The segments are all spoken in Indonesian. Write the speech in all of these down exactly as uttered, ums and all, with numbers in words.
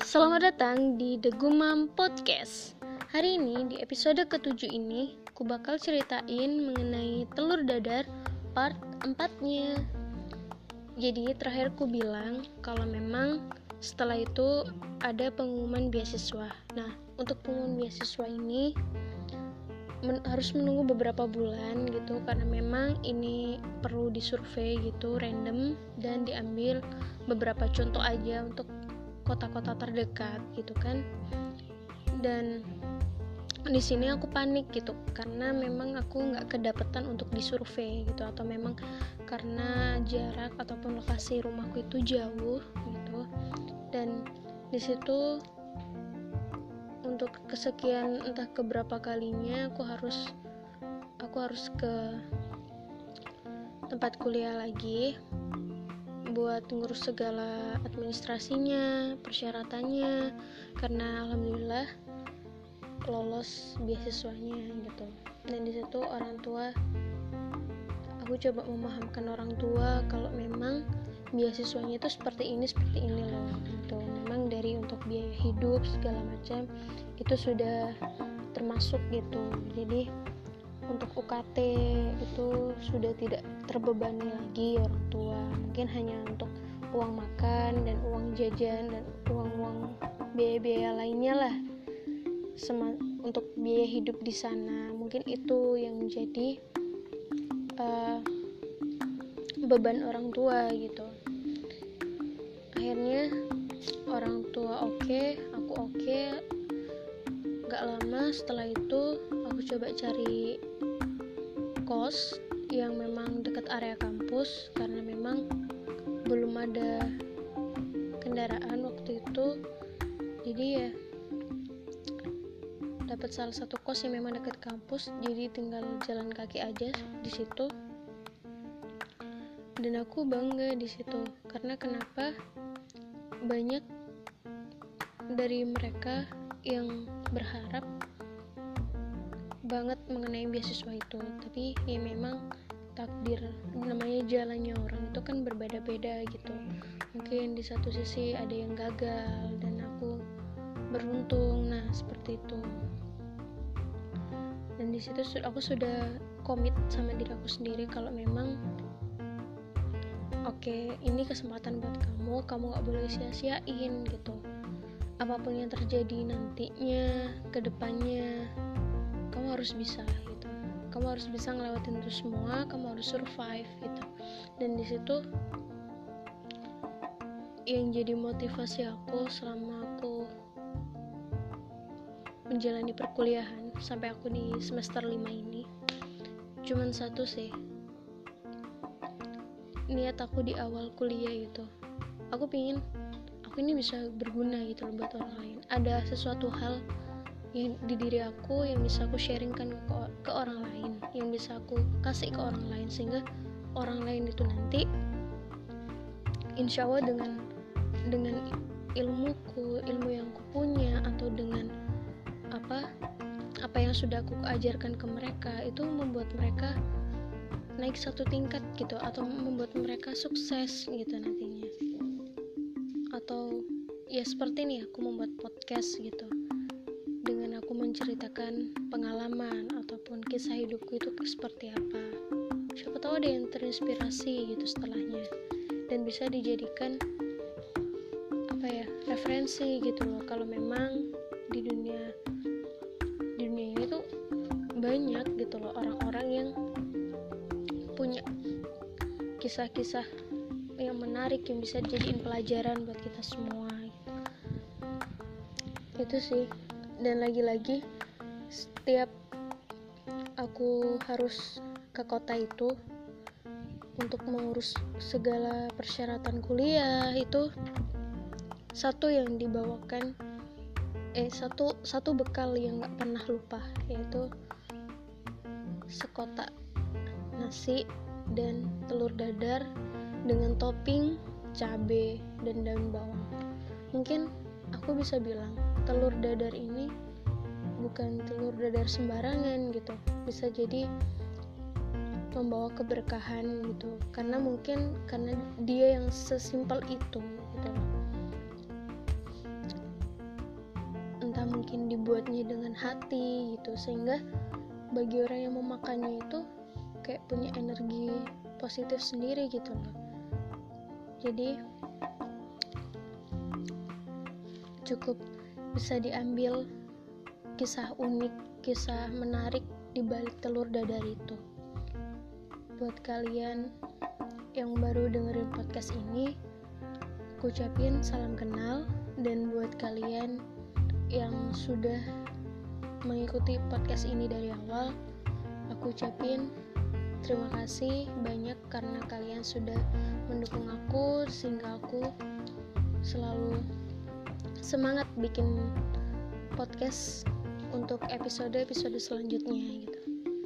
Selamat datang di The Gumam Podcast. Hari ini di episode ketujuh ini aku bakal ceritain mengenai telur dadar part empatnya. Jadi terakhir aku bilang kalau memang setelah itu ada pengumuman beasiswa. Nah, untuk pengumuman beasiswa ini men- harus menunggu beberapa bulan gitu, karena memang ini perlu disurvei gitu random dan diambil beberapa contoh aja untuk kota-kota terdekat gitu kan. Dan di sini aku panik gitu karena memang aku nggak kedapetan untuk disurvei gitu, atau memang karena jarak ataupun lokasi rumahku itu jauh gitu. Dan di situ untuk kesekian entah keberapa kalinya aku harus aku harus ke tempat kuliah lagi buat ngurus segala administrasinya, persyaratannya, karena alhamdulillah lolos beasiswanya gitu. Dan di situ orang tua, aku coba memahamkan orang tua kalau memang beasiswanya itu seperti ini seperti ini loh gitu. Memang dari untuk biaya hidup segala macam itu sudah termasuk gitu. Jadi untuk U K T itu sudah tidak terbebani lagi orang tua, mungkin hanya untuk uang makan dan uang jajan dan uang-uang biaya-biaya lainnya lah, Sema- untuk biaya hidup di sana. Mungkin itu yang menjadi uh, beban orang tua gitu. Akhirnya orang tua oke, okay, aku oke. Okay. Gak lama setelah itu aku coba cari kos yang memang dekat area kampus, karena memang belum ada kendaraan waktu itu. Jadi ya dapat salah satu kos yang memang dekat kampus, jadi tinggal jalan kaki aja di situ. Dan aku bangga di situ karena kenapa, banyak dari mereka yang berharap banget mengenai beasiswa itu, tapi ya memang takdir, namanya jalannya orang itu kan berbeda-beda gitu. Mungkin di satu sisi ada yang gagal dan aku beruntung, nah seperti itu. Dan di situ aku sudah komit sama diri aku sendiri kalau memang oke, okay, ini kesempatan buat kamu, kamu gak boleh sia-siain gitu. Apapun yang terjadi nantinya, kedepannya, kamu harus bisa gitu. Kamu harus bisa ngelewatin itu semua, kamu harus survive gitu. Dan di situ yang jadi motivasi aku selama aku menjalani perkuliahan sampai aku di semester lima ini cuman satu sih, niat aku di awal kuliah itu, aku pingin aku ini bisa berguna gitu loh buat orang lain. Ada sesuatu hal yang di diri aku yang bisa aku sharingkan ke, ke orang lain, yang bisa aku kasih ke orang lain, sehingga orang lain itu nanti insya Allah dengan dengan ilmuku, ilmu yang aku punya, atau dengan apa apa yang sudah aku ajarkan ke mereka, itu membuat mereka naik satu tingkat gitu, atau membuat mereka sukses gitu nantinya. Atau ya seperti ini, aku membuat podcast gitu, dengan aku menceritakan pengalaman ataupun kisah hidupku itu seperti apa. Siapa tahu ada yang terinspirasi gitu setelahnya, dan bisa dijadikan apa ya, referensi gitu loh. Kalau memang di dunia di dunia ini tuh banyak gitu loh orang-orang yang punya kisah-kisah yang menarik yang bisa dijadiin pelajaran buat kita semua gitu. Itu sih. Dan lagi-lagi setiap aku harus ke kota itu untuk mengurus segala persyaratan kuliah, itu satu yang dibawakan eh satu satu bekal yang nggak pernah lupa, yaitu sekotak nasi dan telur dadar dengan topping cabai dan daun bawang. Mungkin aku bisa bilang telur dadar ini bukan telur dadar sembarangan gitu, bisa jadi membawa keberkahan gitu, karena mungkin karena dia yang sesimpel itu gitu. mungkin dibuatnya dengan hati gitu, sehingga bagi orang yang memakannya itu kayak punya energi positif sendiri gitu loh. Jadi cukup bisa diambil kisah unik, kisah menarik di balik telur dadar itu. Buat kalian yang baru dengerin podcast ini, aku ucapin salam kenal. Dan buat kalian yang sudah mengikuti podcast ini dari awal, aku ucapin terima kasih banyak karena kalian sudah mendukung aku, sehingga aku selalu semangat bikin podcast untuk episode-episode selanjutnya gitu.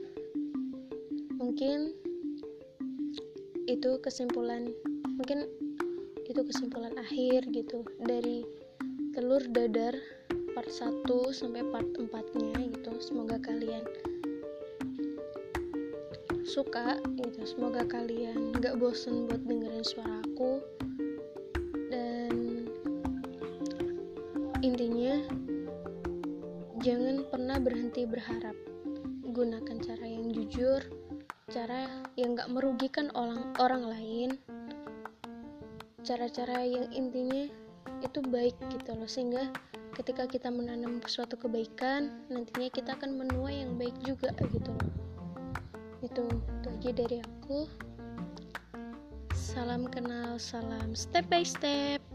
Mungkin itu kesimpulan, mungkin itu kesimpulan akhir gitu dari telur dadar part satu sampai part empat-nya gitu. Semoga kalian suka gitu, semoga kalian gak bosen buat dengerin suara aku. Dan intinya, jangan pernah berhenti berharap. Gunakan cara yang jujur, cara yang gak merugikan orang, orang lain, cara-cara yang intinya itu baik gitu loh, sehingga ketika kita menanam suatu kebaikan, nantinya kita akan menuai yang baik juga gitu loh. Itu, itu aja dari aku. Salam kenal, salam step by step.